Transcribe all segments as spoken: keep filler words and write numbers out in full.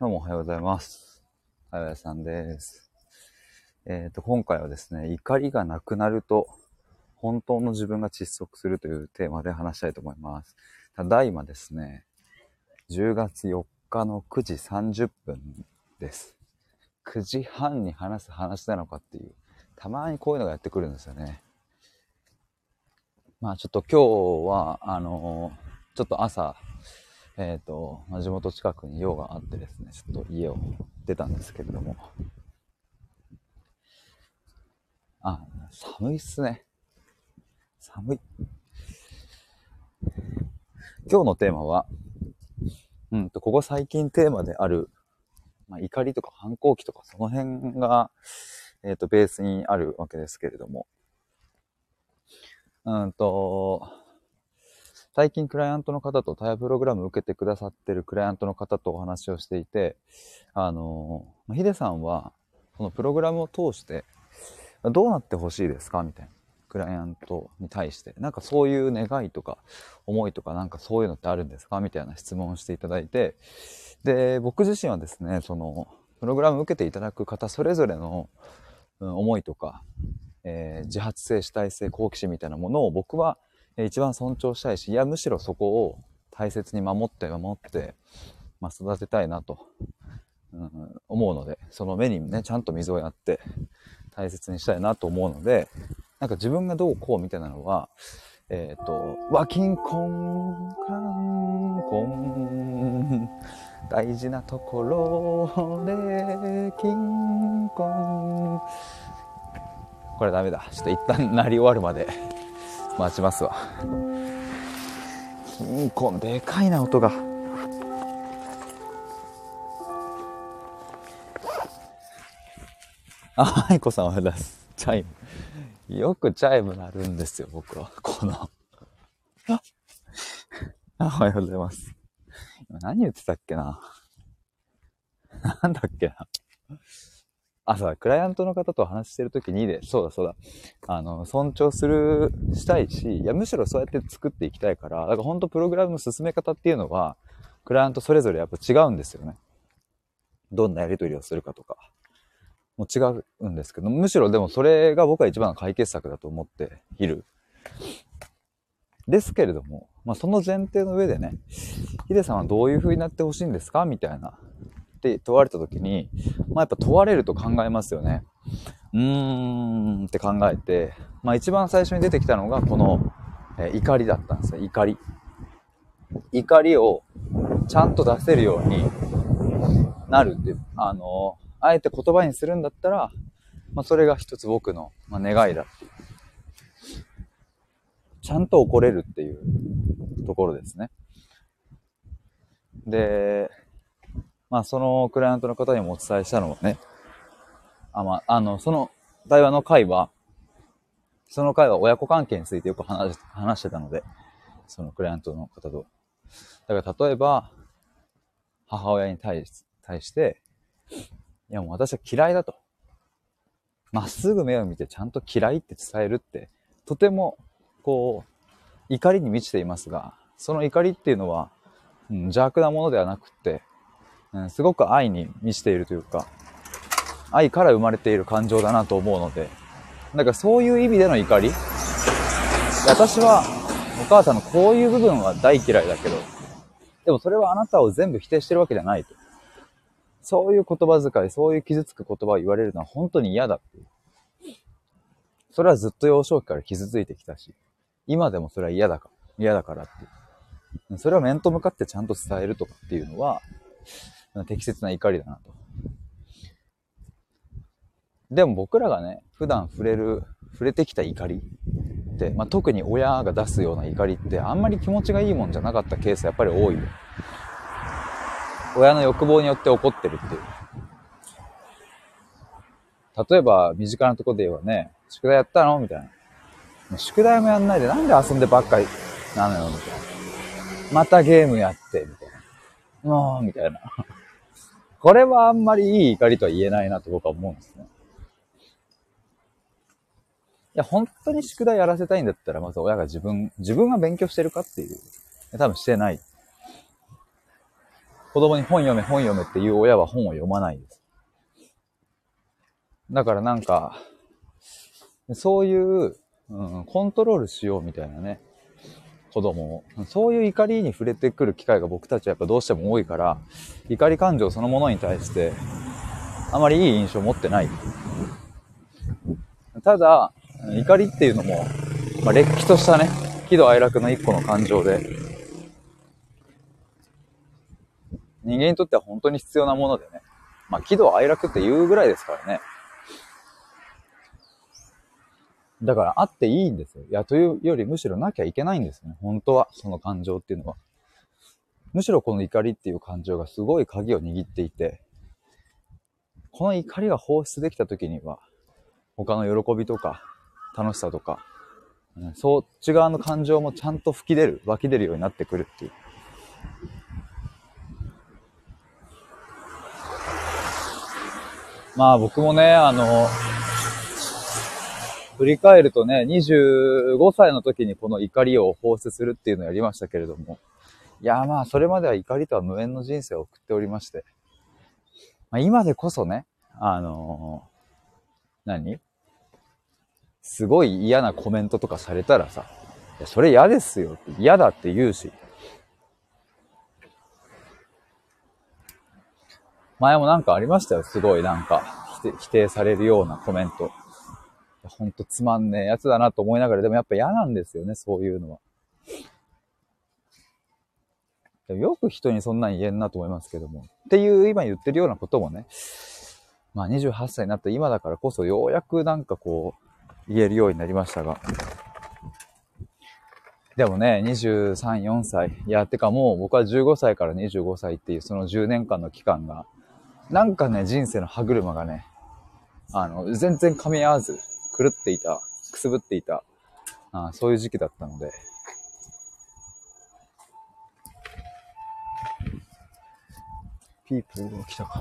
どうもおはようございます。あややさんです。えっと、今回はですね、怒りがなくなると本当の自分が窒息するというテーマで話したいと思います。ただいまですね、じゅうがつよっかのくじさんじゅっぷんです。くじはんに話す話なのかっていう、たまにこういうのがやってくるんですよね。まあちょっと今日は、あのー、ちょっと朝、えっと、まあ、地元近くに用があってですね、ちょっと家を出たんですけれども、あ、寒いっすね。寒い。今日のテーマは、うんと、ここ最近テーマである、まあ、怒りとか反抗期とかその辺が、えっと、ベースにあるわけですけれども、うんと、最近クライアントの方とタイプログラムを受けてくださってるクライアントの方とお話をしていて、あの、ヒデさんは、このプログラムを通して、どうなってほしいですかみたいな。クライアントに対して。なんかそういう願いとか、思いとか、なんかそういうのってあるんですかみたいな質問をしていただいて、で、僕自身はですね、その、プログラムを受けていただく方それぞれの、うん、思いとか、えー自発性、主体性、好奇心みたいなものを僕はえー一番尊重したいし、いや、むしろそこを大切に守って守って、まあ、育てたいなと、うん、思うので、その目にね、ちゃんと水をやって大切にしたいなと思うので、なんか自分がどうこうみたいなのは、えっ、と、ワキンコン、カンコン、大事なところで、キンコン。これダメだ。ちょっと一旦鳴り終わるまで待ちますわ。キンコン、でかいな、音が。あ、愛子さんおはようございます。チャイム。よくチャイム鳴るんですよ、僕は。この。あ、おはようございます。今何言ってたっけな。なんだっけな。あ、そうだ、クライアントの方と話してるときにで、そうだそうだ。あの、尊重する、したいし、いや、むしろそうやって作っていきたいから、だから本当プログラムの進め方っていうのは、クライアントそれぞれやっぱ違うんですよね。どんなやり取りをするかとか。も違うんですけど、むしろでもそれが僕は一番の解決策だと思っている。ですけれども、まあその前提の上でね、ヒデさんはどういう風になってほしいんですかみたいな。って問われた時に、まあやっぱ問われると考えますよね。うーんって考えて、まあ一番最初に出てきたのがこの、えー怒りだったんですよ。怒り。怒りをちゃんと出せるようになるっていう。あの、あえて言葉にするんだったら、まあそれが一つ僕の、まあ、願いだっていう。ちゃんと怒れるっていうところですね。で、まあそのクライアントの方にもお伝えしたのはね、あ、まあ、あの、その対話の回は、その回は親子関係についてよく話し話してたので、そのクライアントの方と。だから例えば、母親に対し対して、いやもう私は嫌いだと。まっすぐ目を見てちゃんと嫌いって伝えるって、とても、こう、怒りに満ちていますが、その怒りっていうのは、うん、邪悪なものではなくって、うん、すごく愛に満ちているというか、愛から生まれている感情だなと思うので、なんかそういう意味での怒り。私はお母さんのこういう部分は大嫌いだけど、でもそれはあなたを全部否定してるわけじゃないと。そういう言葉遣い、そういう傷つく言葉を言われるのは本当に嫌だっていう。それはずっと幼少期から傷ついてきたし、今でもそれは嫌だから、嫌だからっていう。それは面と向かってちゃんと伝えるとかっていうのは、適切な怒りだなと。でも僕らがね、普段触れる、触れてきた怒りって、まあ、特に親が出すような怒りってあんまり気持ちがいいもんじゃなかったケースやっぱり多いよ。親の欲望によって起こってるっていう。例えば、身近なところで言えばね、宿題やったのみたいな。宿題もやんないでなんで遊んでばっかりなのよみたいな。またゲームやって、みたいな。もう、みたいな。これはあんまりいい怒りとは言えないなと僕は思うんですね。いや、本当に宿題やらせたいんだったら、まず親が自分、自分が勉強してるかっていう。多分してない。 子供に本読め本読めっていう親は本を読まないです。だからなんか、そういう、うん、コントロールしようみたいなね、子供を。そういう怒りに触れてくる機会が僕たちはやっぱどうしても多いから、怒り感情そのものに対して、あまりいい印象を持ってない。ただ、怒りっていうのも、まあ、れっきとしたね、喜怒哀楽の一個の感情で、人間にとっては本当に必要なものでね、まあ、喜怒哀楽っていうぐらいですからね。だからあっていいんですよ。いや、というよりむしろなきゃいけないんですよね。本当は、その感情っていうのは。むしろこの怒りっていう感情がすごい鍵を握っていて、この怒りが放出できた時には、他の喜びとか、楽しさとか、そっち側の感情もちゃんと吹き出る、湧き出るようになってくるっていう。まあ僕もね、あの、振り返るとね、にじゅうごさいの時にこの怒りを放出するっていうのをやりましたけれども、いやまあそれまでは怒りとは無縁の人生を送っておりまして、まあ、今でこそね、あのー、何すごい嫌なコメントとかされたらさ、いやそれ嫌ですよって、嫌だって言うし、前もなんかありましたよ、すごいなんか否定、否定されるようなコメント。ほんとつまんねえやつだなと思いながら、でもやっぱ嫌なんですよね、そういうのは。よく人にそんなん言えんなと思いますけども。っていう今言ってるようなこともね、まあにじゅうはっさいになった今だからこそようやくなんかこう言えるようになりましたが。でもね、にじゅうさん、よんさい。いや、てかもう僕はじゅうごさいからにじゅうごさいっていうそのじゅうねんかんの期間が、なんかね、人生の歯車がね、あの、全然噛み合わず、狂っていた、くすぶっていた、あそういう時期だったので。ピープルが来たか。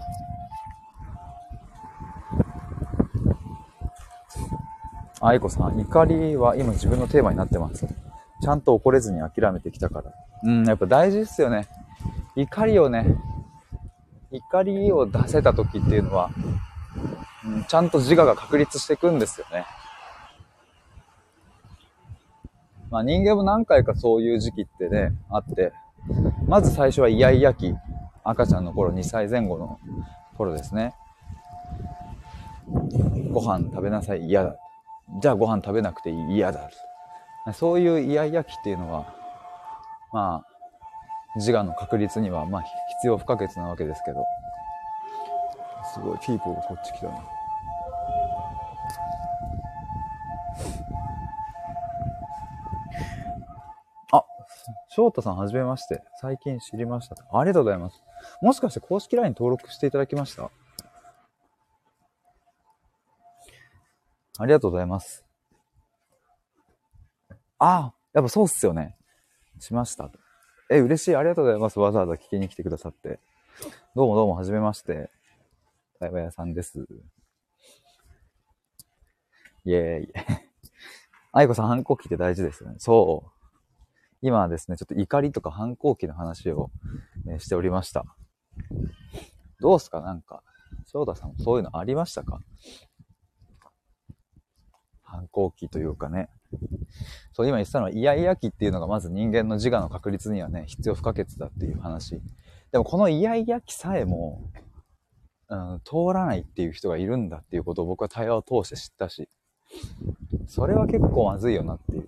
愛子さん、怒りは今自分のテーマになってます。ちゃんと怒れずに諦めてきたから。うん、やっぱ大事ですよね。怒りをね、怒りを出せた時っていうのは、うん、ちゃんと自我が確立していくんですよね。まあ人間も何回かそういう時期ってね、あって、まず最初はイヤイヤ期、赤ちゃんの頃、にさいぜん後の頃ですね。ご飯食べなさい、嫌だ。じゃあご飯食べなくていい、嫌だ。そういうイヤイヤ期っていうのは、まあ、自我の確立にはまあ必要不可欠なわけですけど。すごい、ピーポーがこっち来たな。あ、翔太さんはじめまして。最近知りました。ありがとうございます。もしかして公式 ライン 登録していただきました？ありがとうございます。あ、やっぱそうっすよね。しました。え、嬉しい。ありがとうございます。わざわざ聞きに来てくださって。どうもどうも、はじめまして。対話屋さんです。イェーイ。愛子さん、反抗期って大事ですよね。そう。今はですね、ちょっと怒りとか反抗期の話を、ね、しておりました。どうすか？なんか、翔太さんもそういうのありましたか？反抗期というかね。そう、今言ってたのはイヤイヤ期っていうのがまず人間の自我の確立にはね、必要不可欠だっていう話。でもこのイヤイヤ期さえも、うん、通らないっていう人がいるんだっていうことを僕は対話を通して知ったし、それは結構まずいよなっていう。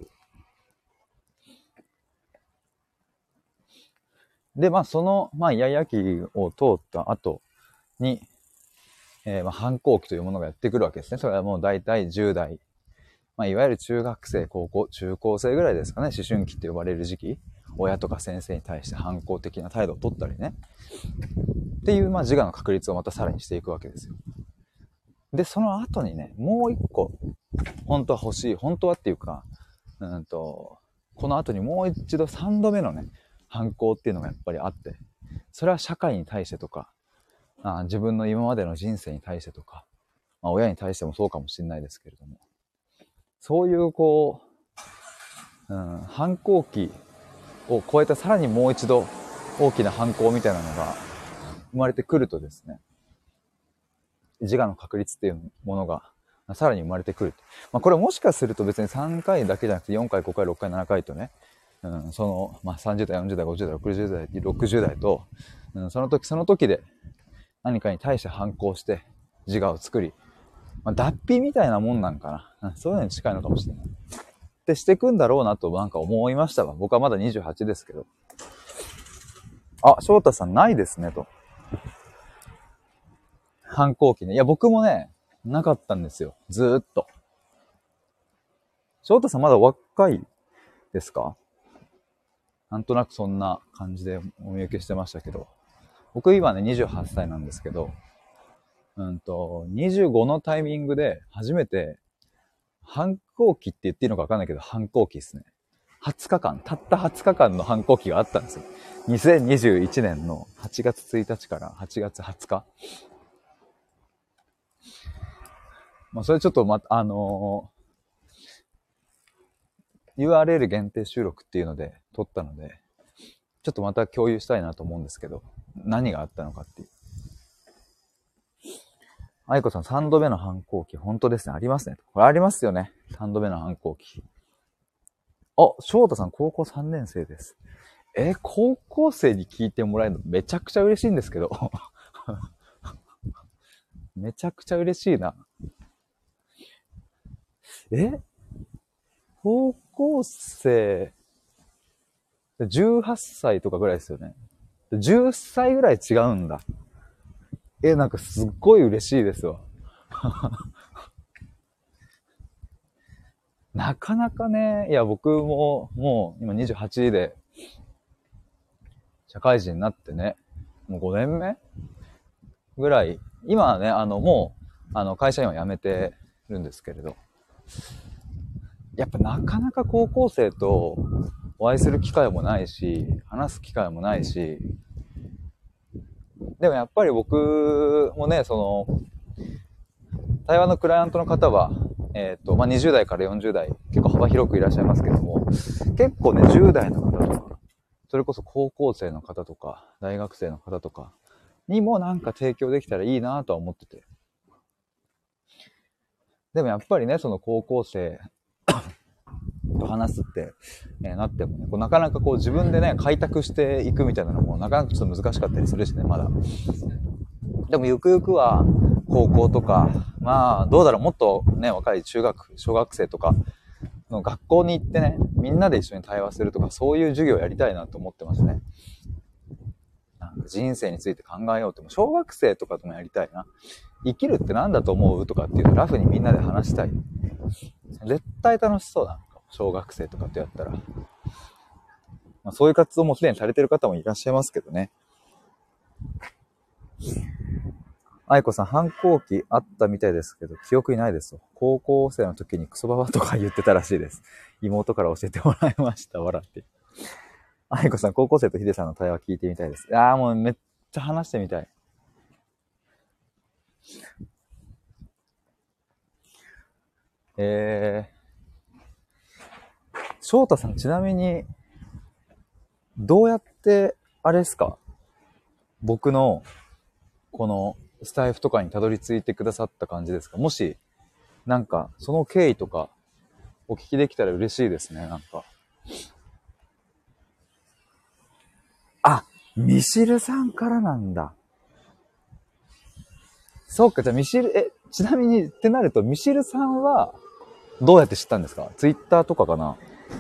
で、まあその、まあイヤイヤ期を通った後に、えー、まあ反抗期というものがやってくるわけですね。それはもう大体じゅう代、まあいわゆる中学生、高校、中高生ぐらいですかね、思春期って呼ばれる時期。親とか先生に対して反抗的な態度を取ったりね。っていう、まあ自我の確立をまたさらにしていくわけですよ。で、その後にね、もう一個、本当は欲しい、本当はっていうか、うんと、この後にもう一度三度目のね、反抗っていうのがやっぱりあって、それは社会に対してとか、あ自分の今までの人生に対してとか、まあ、親に対してもそうかもしれないですけれども、そういうこう、うん、反抗期を超えたさらにもう一度大きな反抗みたいなのが生まれてくるとですね、自我の確率っていうものがさらに生まれてくる。まあ、これもしかすると別にさんかいだけじゃなくてよんかい、ごかい、ろっかい、ななかいとね、うん、その、まあ、さんじゅう代、よんじゅう代、ごじゅう代、ろくじゅう代、ろくじゅう代と、うん、その時その時で何かに対して反抗して自我を作り、まあ、脱皮みたいなもんなんかな、うん、そういうのに近いのかもしれない。ってしていくんだろうなとなんか思いましたわ。僕はまだにじゅうはちですけど。あ、翔太さんないですねと。反抗期ね。いや、僕もね、なかったんですよ。ずーっと。翔太さんまだ若いですか？なんとなくそんな感じでお見受けしてましたけど。僕今ね、にじゅうはっさいなんですけど、うんと、にじゅうごのタイミングで初めて反抗期って言っていいのかわかんないけど、反抗期ですね。はつかかん、たったはつかかんの反抗期があったんですよ。にせんにじゅういちねんのはちがつついたちからはちがつはつか。まあ、それちょっとま、あのー、ユーアールエル 限定収録っていうので撮ったので、ちょっとまた共有したいなと思うんですけど、何があったのかっていう。愛子さん、さんどめの反抗期、本当ですね。ありますね。これありますよね。さんどめの反抗期。あ、翔太さん、高校さんねん生です。え、高校生に聞いてもらえるのめちゃくちゃ嬉しいんですけど。めちゃくちゃ嬉しいな。え高校生、じゅうはっさいとかぐらいですよね。じゅっさいぐらい違うんだ。え、なんかすっごい嬉しいですわ。なかなかね、いや僕ももう今にじゅうはちで社会人になってね、もうごねんめぐらい、今はね、あのもうあの会社員は辞めてるんですけれど、やっぱなかなか高校生とお会いする機会もないし、話す機会もないし、でもやっぱり僕もね、その対話のクライアントの方は、えっと、まあ、にじゅう代からよんじゅう代、結構幅広くいらっしゃいますけども、結構ね、じゅう代の方とか、それこそ高校生の方とか、大学生の方とかにもなんか提供できたらいいなとは思ってて。でもやっぱりね、その高校生と話すって、えー、なってもね、こうなかなかこう自分でね、開拓していくみたいなのもなかなかちょっと難しかったりするしね、まだ。でもゆくゆくは高校とか、まあどうだろう、もっとね、若い中学、小学生とかの学校に行ってね、みんなで一緒に対話するとか、そういう授業をやりたいなと思ってますね。なんか人生について考えようとも、小学生とかともやりたいな。生きるって何だと思うとかっていうのをラフにみんなで話したい。絶対楽しそうだな。小学生とかとやったら。まあ、そういう活動もすでにされてる方もいらっしゃいますけどね。愛子さん、反抗期あったみたいですけど、記憶にないですと。高校生の時にクソババとか言ってたらしいです。妹から教えてもらいました。笑って。愛子さん、高校生とヒデさんの対話聞いてみたいです。ああ、もうめっちゃ話してみたい。えー、翔太さん、ちなみに、どうやって、あれですか？僕の、この、スタイフとかにたどり着いてくださった感じですか？もし、なんか、その経緯とか、お聞きできたら嬉しいですね、なんか。あ、ミシルさんからなんだ。そうか、じゃあミシル、え、ちなみに、ってなると、ミシルさんは、どうやって知ったんですか？ツイッターとかかな？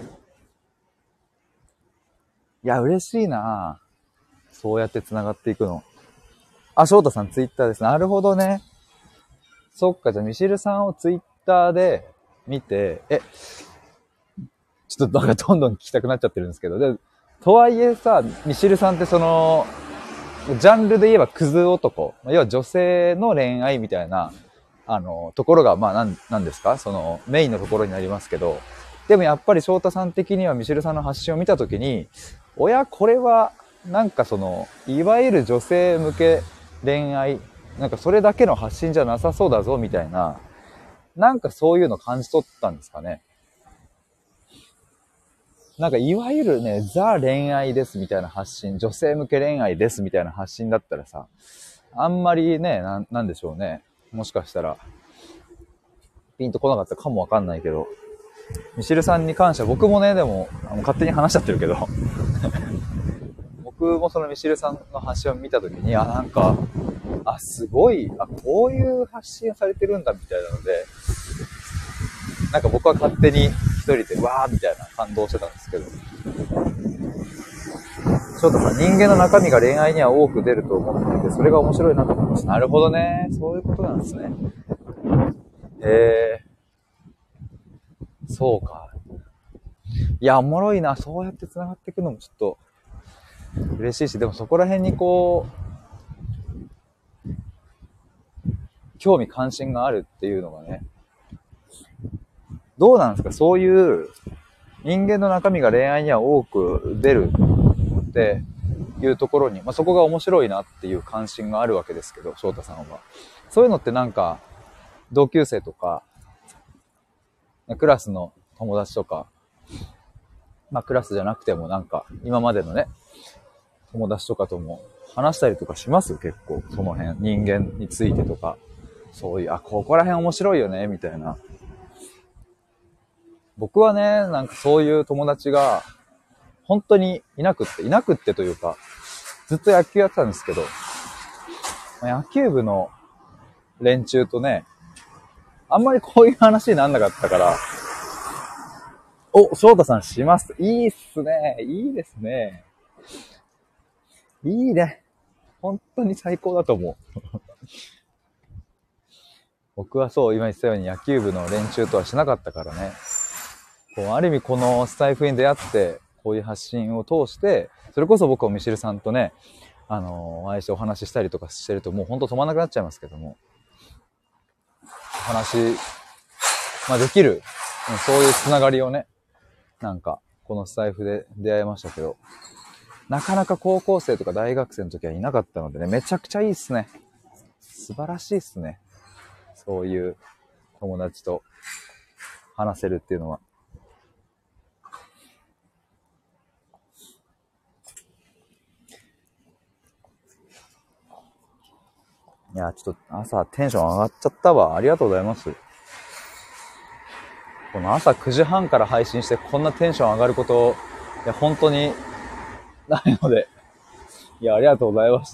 いや、嬉しいな。そうやって繋がっていくの。あ、翔太さんツイッターです。なるほどね。そっか、じゃあミシルさんをツイッターで見て、え、ちょっとなんかどんどん聞きたくなっちゃってるんですけど、で、とはいえさ、ミシルさんってその、ジャンルで言えばクズ男、要は女性の恋愛みたいな、あの、ところが、まあ、なん、なんですかその、メインのところになりますけど、でもやっぱり翔太さん的にはミシルさんの発信を見たときに、おや、これは、なんかその、いわゆる女性向け恋愛、なんかそれだけの発信じゃなさそうだぞ、みたいな、なんかそういうの感じ取ったんですかね。 なんかいわゆるね、ザ恋愛ですみたいな発信、女性向け恋愛ですみたいな発信だったらさ、あんまりね、な、なんでしょうね。もしかしたら、ピンとこなかったかもわかんないけど、ミシルさんに関しては僕もね、でも、あの勝手に話しちゃってるけど、僕もそのミシルさんの発信を見たときに、あ、なんか、あ、すごい、あ、こういう発信をされてるんだみたいなので、なんか僕は勝手に一人でわーみたいな感動してたんですけど、翔太さん、人間の中身が恋愛には多く出ると思っていて、それが面白いなと思いました。なるほどね。そういうことなんですね。へえー、そうか。いや、おもろいな。そうやって繋がっていくのもちょっと嬉しいし、でもそこら辺にこう、興味関心があるっていうのがね、どうなんですか？そういう人間の中身が恋愛には多く出るっていうところに、まあ、そこが面白いなっていう関心があるわけですけど、翔太さんは。そういうのってなんか、同級生とか、クラスの友達とか、まあクラスじゃなくてもなんか、今までのね、友達とかとも話したりとかします？結構、その辺。人間についてとか。そういう、あ、ここら辺面白いよね、みたいな。僕はね、なんかそういう友達が、本当にいなくって、いなくってというか、ずっと野球やってたんですけど、野球部の連中とね、あんまりこういう話になんなかったから、お、翔太さんします。いいっすね。いいですね。いいね。本当に最高だと思う。僕はそう、今言ったように野球部の連中とはしなかったからね。こうある意味このスタイフに出会って、こういう発信を通して、それこそ僕はミシルさんとね、あのー、お会いしてお話ししたりとかしてると、もう本当止まんなくなっちゃいますけども、お話、まあ、できる、そういうつながりをね、なんか、このスタイフで出会いましたけど、なかなか高校生とか大学生の時はいなかったのでね、めちゃくちゃいいっすね。素晴らしいっすね。そういう友達と話せるっていうのは。いや、ちょっと朝テンション上がっちゃったわ。ありがとうございます。この朝くじはんから配信してこんなテンション上がること、いや、本当にないので、いや、ありがとうございました。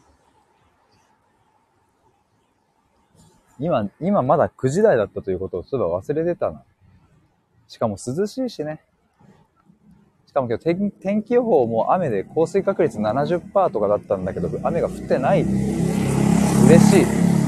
今、今まだくじ台だったということをそういえば忘れてたな。しかも涼しいしね。しかも今日 天, 天気予報も雨で降水確率 ななじゅっパーセント とかだったんだけど、雨が降ってない。嬉しい。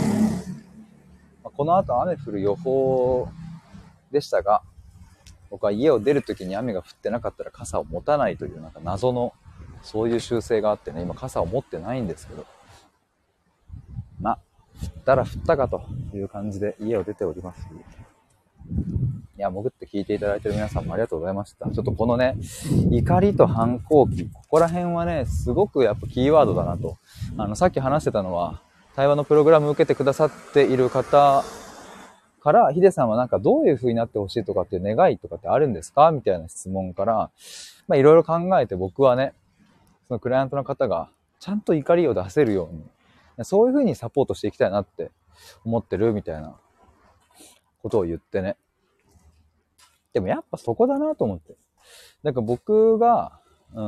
この後雨降る予報でしたが、僕は家を出るときに雨が降ってなかったら傘を持たないというなんか謎のそういう習性があってね、今傘を持ってないんですけど、まあ、降ったら降ったかという感じで家を出ております。いや、潜って聞いていただいている皆さんもありがとうございました。ちょっとこのね、怒りと反抗期、ここら辺はね、すごくやっぱキーワードだなと。あの、さっき話してたのは、対話のプログラムを受けてくださっている方から、ヒデさんはなんかどういう風になってほしいとかっていう願いとかってあるんですかみたいな質問から、まあいろいろ考えて僕はね、そのクライアントの方がちゃんと怒りを出せるように、そういう風にサポートしていきたいなって思ってるみたいなことを言ってね。でもやっぱそこだなと思って。なんか僕が、うん、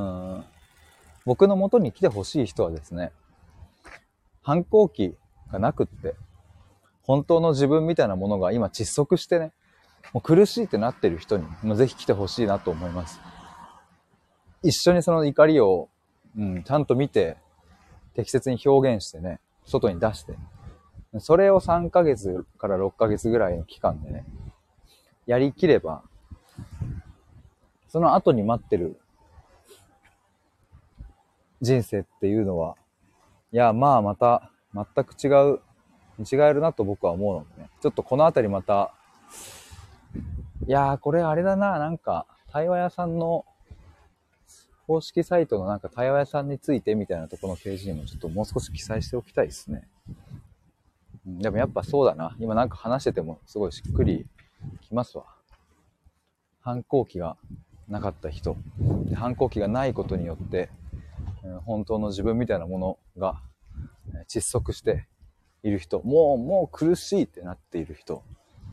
僕の元に来てほしい人はですね、反抗期がなくって、本当の自分みたいなものが今窒息してね、もう苦しいってなってる人に、もうぜひ来てほしいなと思います。一緒にその怒りを、うん、ちゃんと見て、適切に表現してね、外に出して、それをさんかげつからろっかげつぐらいの期間でね、やりきれば、その後に待ってる人生っていうのは、いや、まあまた全く違う、違えるなと僕は思うのでね。ちょっとこのあたりまた、いやーこれあれだな、なんか、対話屋さんの公式サイトのなんか対話屋さんについてみたいなところのページにもちょっともう少し記載しておきたいですね。でもやっぱそうだな。今なんか話しててもすごいしっくりきますわ。反抗期がなかった人、反抗期がないことによって、本当の自分みたいなものが窒息している人、もうもう苦しいってなっている人、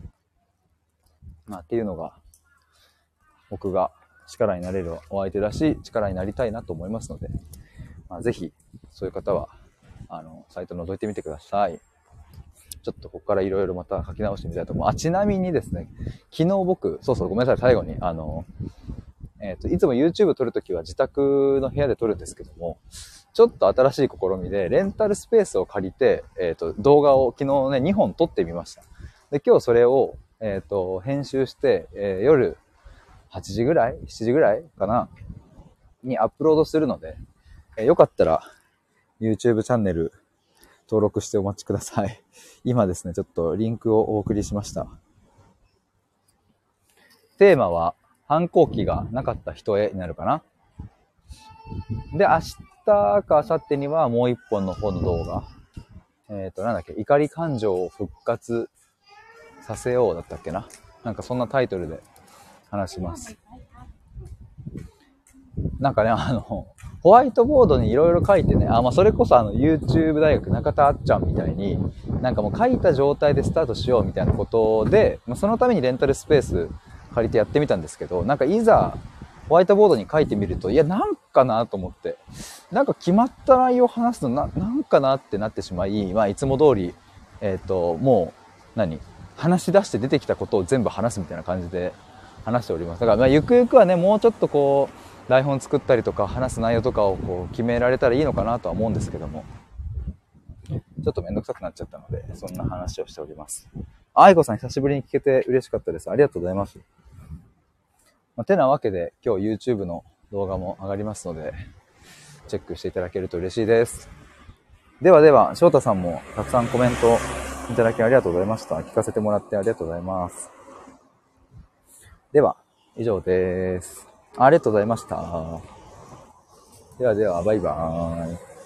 まあっていうのが僕が力になれるお相手だし、力になりたいなと思いますので、まあ、ぜひそういう方はあのサイト覗いてみてください。ちょっとここからいろいろまた書き直してみたいと思う。あ、ちなみにですね、昨日僕、そうそうごめんなさい、最後にあのえっといつも YouTube 撮るときは自宅の部屋で撮るんですけども、ちょっと新しい試みでレンタルスペースを借りて、えっと動画を昨日ねにほん撮ってみました。で今日それをえっと編集して、えー、夜はちじぐらいしちじぐらいかなにアップロードするので、えー、よかったら YouTube チャンネル登録してお待ちください。今ですね、ちょっとリンクをお送りしました。テーマは反抗期がなかった人へになるかな。で、明日か明後日にはもう一本の方の動画。えっと、なんだっけ、怒り感情を復活させようだったっけな。なんかそんなタイトルで話します。なんかね、あの、ホワイトボードにいろいろ書いてね、あ、まあそれこそあの YouTube 大学中田あっちゃんみたいに、なんかもう書いた状態でスタートしようみたいなことで、まあ、そのためにレンタルスペース借りてやってみたんですけど、なんかいざホワイトボードに書いてみると、いやなんかなと思って、なんか決まった内容を話すのな、なんかなってなってしまい、まあいつも通り、えっと、もう、何話し出して出てきたことを全部話すみたいな感じで話しております。だからまあゆくゆくはね、もうちょっとこう、台本作ったりとか話す内容とかをこう決められたらいいのかなとは思うんですけども、ちょっとめんどくさくなっちゃったので、そんな話をしております。愛子さん久しぶりに聞けて嬉しかったです。ありがとうございます。まあ、てなわけで今日 YouTube の動画も上がりますので、チェックしていただけると嬉しいです。ではでは、翔太さんもたくさんコメントいただきありがとうございました。聞かせてもらってありがとうございます。では、以上です。ありがとうございました。ではでは、バイバーイ。